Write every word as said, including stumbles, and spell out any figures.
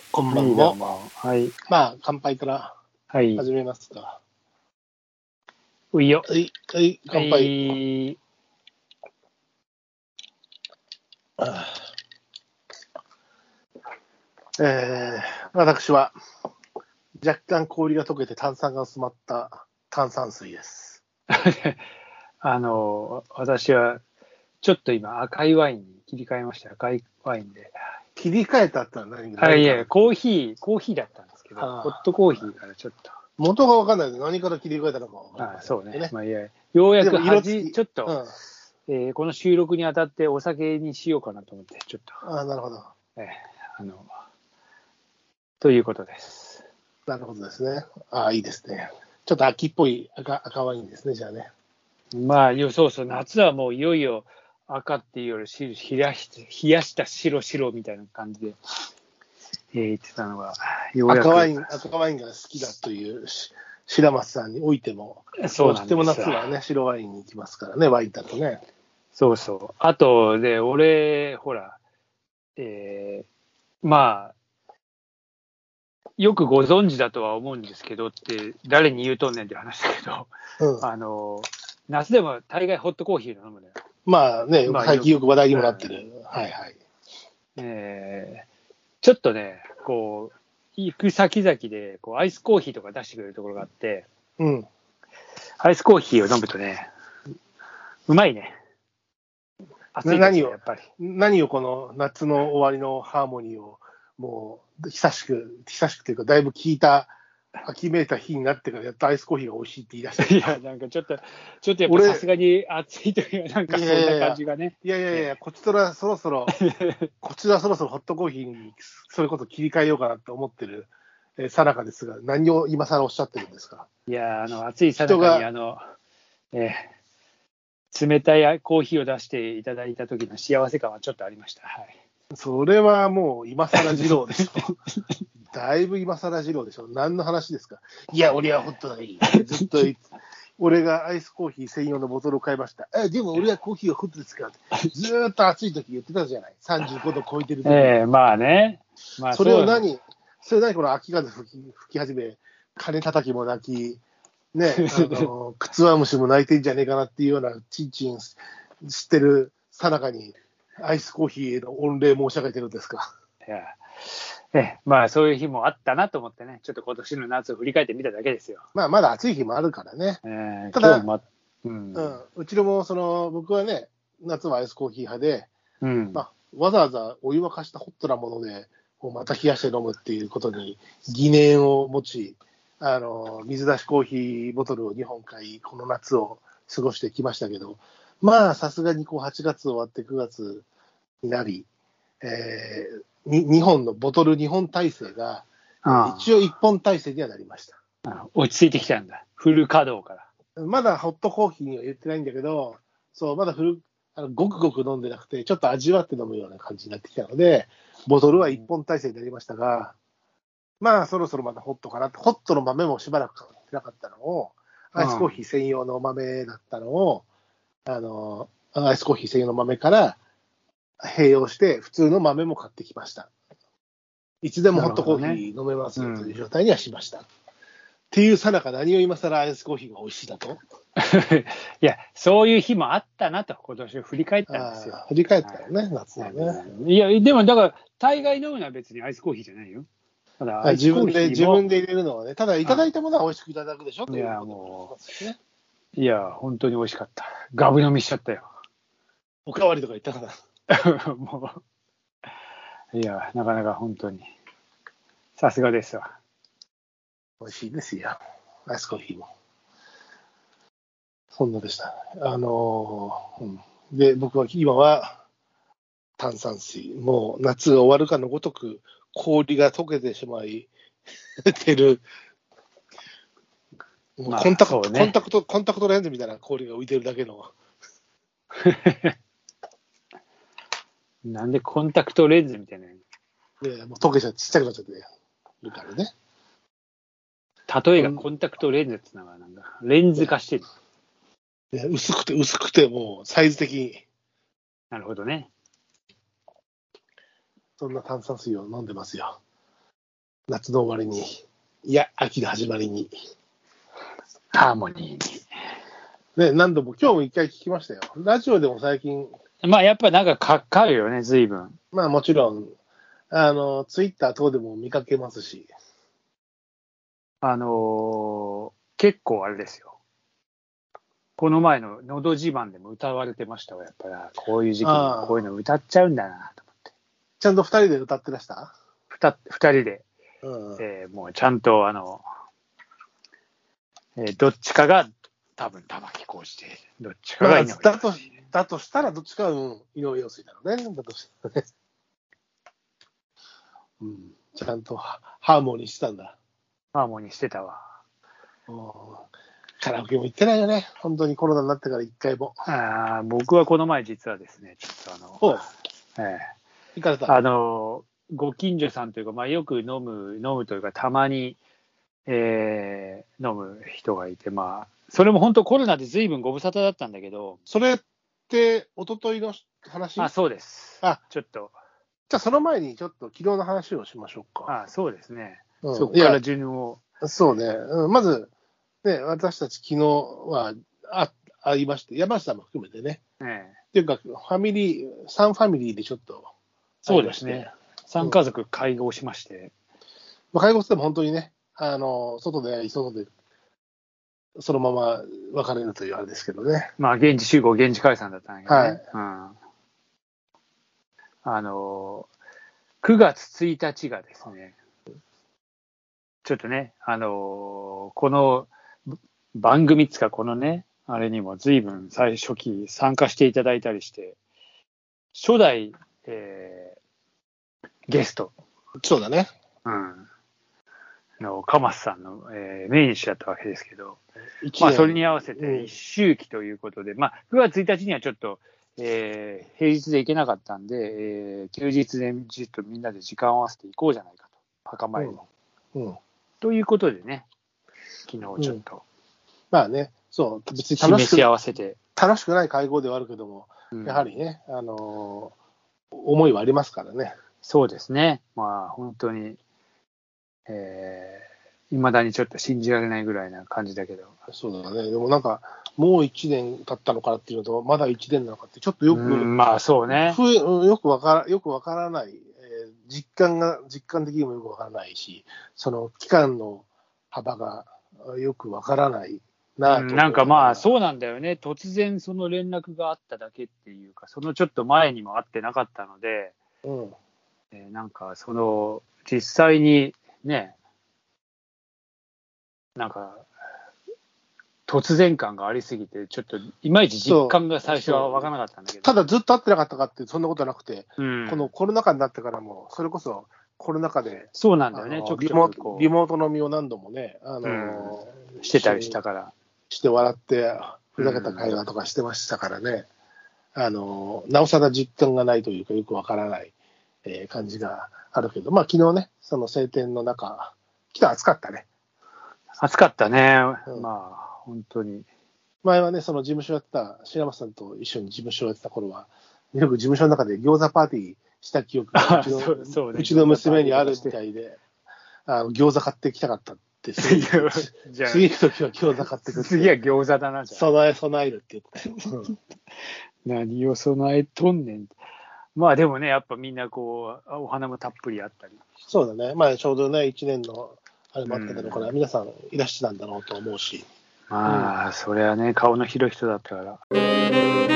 こんばんはも。 い、はい。 まあ、乾杯からはい。 始めますか。 ういよ。 はい、はい、乾杯。はい、あえー、私は、若干氷が溶けて炭酸が薄まった炭酸水です。 あの、私は、ちょっと今、赤いワインに切り替えました。赤いワインで。 切り替えたってのは何あ、い何や、コーヒー、コーヒーだったんですけど、ホットコーヒーからちょっと。 元が分かんないので何から切り替えたのか分かりまあ、 せん、 そうね。まあ、いや、ようやく味、ちょっと、うん、えー、この収録にあたってお酒にしようかなと思って、ちょっと。 ああ、なるほど。 えー、あの、ということです。 なるほどですね。ああ、いいですね。ちょっと秋っぽい 赤, 赤ワインですね、じゃあね。 まあ、そうそう、夏はもういよいよ赤っていうより冷やし、冷やした白白みたいな感じで、えー、言ってたのが、ようやく。 赤ワイン、赤ワインが好きだという白松さんにおいても、 そうなんです。 どうしても夏はね、白ワインに行きますからね、ワインだとね。 そうそう。あとで、俺、ほら、えー、まあ、よくご存知だとは思うんですけどって、誰に言うとんねんって話だけど、うん、あの、夏でも大概ホットコーヒーを飲むのよ。 まあね、まあ、最近よく話題にもなってる。うん、はいはい。 えー、ちょっとね、こう、行く先々でこうアイスコーヒーとか出してくれるところがあって、 うん、 アイスコーヒーを飲むとね、うまいね。暑いですよ、やっぱり。 何をこの夏の終わりのハーモニーを、もう、久しく、久しくというか、だいぶ聞いた、秋めいた日になってから、やっとアイスコーヒーが美味しいって言い出した。 いや、なんかちょっと、ちょっとやっぱさすがに暑いという、なんかそんな感じがね。 いやいやいや、いやこちとらそろそろ、こちらそろそろホットコーヒーに、それこそ切り替えようかなと思ってるさなかですが、何を今更おっしゃってるんですか。 いや、あの、暑いさなかに、あの、えー、冷たいコーヒーを出していただいた時の幸せ感はちょっとありました。はい。 それはもう今更二郎でしょ。だいぶ今更二郎でしょ。何の話ですか。いや、俺はホットがいい。ずっと俺がアイスコーヒー専用のボトルを買いました。え、でも俺はコーヒーはホットですかって。ずーっと暑い時言ってたじゃない。さんじゅうごど超えてる時。 ええー、まあね。まあ、 それを何、それ何この秋風吹き吹き始め、鐘叩きも泣き、ね、あの、クツワムシも泣いてんじゃねえかなっていうようなチンチン知ってるさなかに、アイスコーヒーの御礼申し上げてるんですか。 いや、えまあそういう日もあったなと思ってね、ちょっと今年の夏を振り返ってみただけですよ。 まあまだ暑い日もあるからね。 えー、 ただ、 まうん、 うん、うちのもその僕はね、夏はアイスコーヒー派で、 うんまあ、わざわざお湯沸かしたホットなもので、こうまた冷やして飲むっていうことに疑念を持ち、あの水出しコーヒーボトルをにほん買い、この夏を過ごしてきましたけど、まあさすがにこうはちがつ終わってくがつになり、えー、ににほんのボトルにほん体制が、一応いっぽん体制にはなりました。 ああ落ち着いてきたんだ。フル稼働から。 まだホットコーヒーには言ってないんだけど、そう、まだフル、あのごくごく飲んでなくて、ちょっと味わって飲むような感じになってきたので、ボトルはいっぽん体制になりましたが、まあそろそろまたホットかな。ホットの豆もしばらく買ってなかったのを、アイスコーヒー専用の豆だったのを、あの、アイスコーヒー専用の豆から併用して、普通の豆も買ってきました。いつでもホットコーヒー飲めますよという状態にはしました。っていうさなか何を今更アイスコーヒーが美味しいだといや、そういう日もあったなと、今年を振り返ったんですよ。 振り返ったよね、夏はね。 いや、でもだから、大概飲むのは別にアイスコーヒーじゃないよ。 ただアイスコーヒーも自分で、自分で入れるのはね、ただいただいたものは美味しくいただくでしょ、ということもありますね。 いや、本当に美味しかった。ガブ飲みしちゃったよ。 おかわりとか言ったかな。もう、いや、なかなか本当に。さすがですわ。 美味しいですよ、アイスコーヒーも。そんなでした。あのー、うん、で、僕は今は炭酸水、もう夏が終わるかのごとく氷が溶けてしまいてる、まあ、コンタクト、ね、コンタクト、コンタクトレンズみたいな氷が浮いてるだけの。 なんでコンタクトレンズみたいな。 で、もう溶けちゃってちっちゃくなっちゃってるからね。 例えがコンタクトレンズってのはなんだ、レンズ化してる。 いや薄くて薄くてもうサイズ的に。 なるほどね。 そんな炭酸水を飲んでますよ。 夏の終わりに、いや、秋の始まりに。 ハーモニーに。ね、何度も、今日も一回聞きましたよ。ラジオでも最近。 まあ、やっぱなんかかかるよね、随分。 まあもちろん、あの、ツイッター等でも見かけますし。 あのー、結構あれですよ。この前ののど自慢でも歌われてましたわ、やっぱり。こういう時期にこういうの歌っちゃうんだなと思って。 ちゃんと二人で歌ってらした二二人で、 うんえー、もうちゃんと、あの、えー、どっちかが多分玉置浩二で、どっちかが井上陽水、 まあ、だと、だとしたらどっちかは、うん、井上陽水だろうね。だとしたらね。うん、ちゃんとハーモニーしてたんだ。 ハーモニーしてたわ。 カラオケも行ってないよね。本当にコロナになってから一回も。 あ僕はこの前実はですね、ちょっとあの、えー、 行かれた。 あの、ご近所さんというか、まあ、よく飲む、飲むというか、たまに、えー、飲む人がいて、まあ、それも本当コロナで随分ご無沙汰だったんだけど。 それって、一昨日の話？ あ、そうです。 あ、 ちょっと。 じゃあその前にちょっと昨日の話をしましょうか。 あ、そうですね。 うん、 そこから順を。 そうね。うん、まず、ね、私たち昨日はあ会いまして、山下も含めてね。 ええ。 っていうか、ファミリー、さんファミリーでちょっと。 そうですね。さん家族会合しまして。うん、 まあ、会合しても本当にね、あの、外で会い、外で、そのまま別れるというあれですけどね。 まあ、現地集合、現地解散だったんだけどね。 はい。 うん。あの、くがつついたちがですね、ちょっとね、あの、この番組っつか、このね、あれにも随分最初期参加していただいたりして、初代、えー、ゲスト。 そうだね。 うん。の、かますさんの、えー、命日だったわけですけど、まあ、それに合わせて一周期ということで、うん、まあ、くがつついたちにはちょっと、えー、平日で行けなかったんで、えー、休日でちょっとみんなで時間を合わせて行こうじゃないかと、墓参りも。うんうん、ということでね、昨日ちょっと。うん、 まあね、そう、別に楽しく示し合わせて。 楽しくない会合ではあるけども、うん、やはりね、あのー、思いはありますからね。 そうですね。まあ、本当に、えー、未だにちょっと信じられないぐらいな感じだけど。 そうだね。でもなんか、もういちねん経ったのかなっていうのと、まだいちねんなのかって、ちょっとよく、 まあそうね。 よくわから、よくわからない、えー、実感が、実感的にもよくわからないし、その期間の幅がよくわからないなと、うん。 なんかまあそうなんだよね。突然その連絡があっただけっていうか、そのちょっと前にも会ってなかったので、うんえー、なんかその、実際にね、なんか、突然感がありすぎて、ちょっといまいち実感が最初は分からなかったんだけど。 ただずっと会ってなかったかって、そんなことはなくて、 うん、 このコロナ禍になってからも、それこそコロナ禍で、 そうなんだよね、ちょくちょくこうリモート飲みを何度もね、あの、 うん、してたりしたから。 して笑って、ふざけた会話とかしてましたからね、うん、あの、なおさら実感がないというか、よく分からない、えー、感じがあるけど、まあ昨日ね、その晴天の中、来た暑かったね。 暑かったね、うん、まあ本当に。 前はね、その事務所やってた、白松さんと一緒に事務所やってた頃は、よく事務所の中で餃子パーティーした記憶がうちの、そうそうね、うちの娘にあるみたいで、あの餃子買ってきたかったって、次の時は餃子買ってくる。 次は餃子だな、じゃあ。 備え備えるって言ってたよ。うん、 何を備えとんねん。まあでもね、やっぱみんなこう、お花もたっぷりあったり。 そうだね。まあちょうどね、いちねんのあれもあっただろうから、うん、皆さんいらしてたんだろうと思うし。 まあ、うん、それはね、顔の広い人だったから。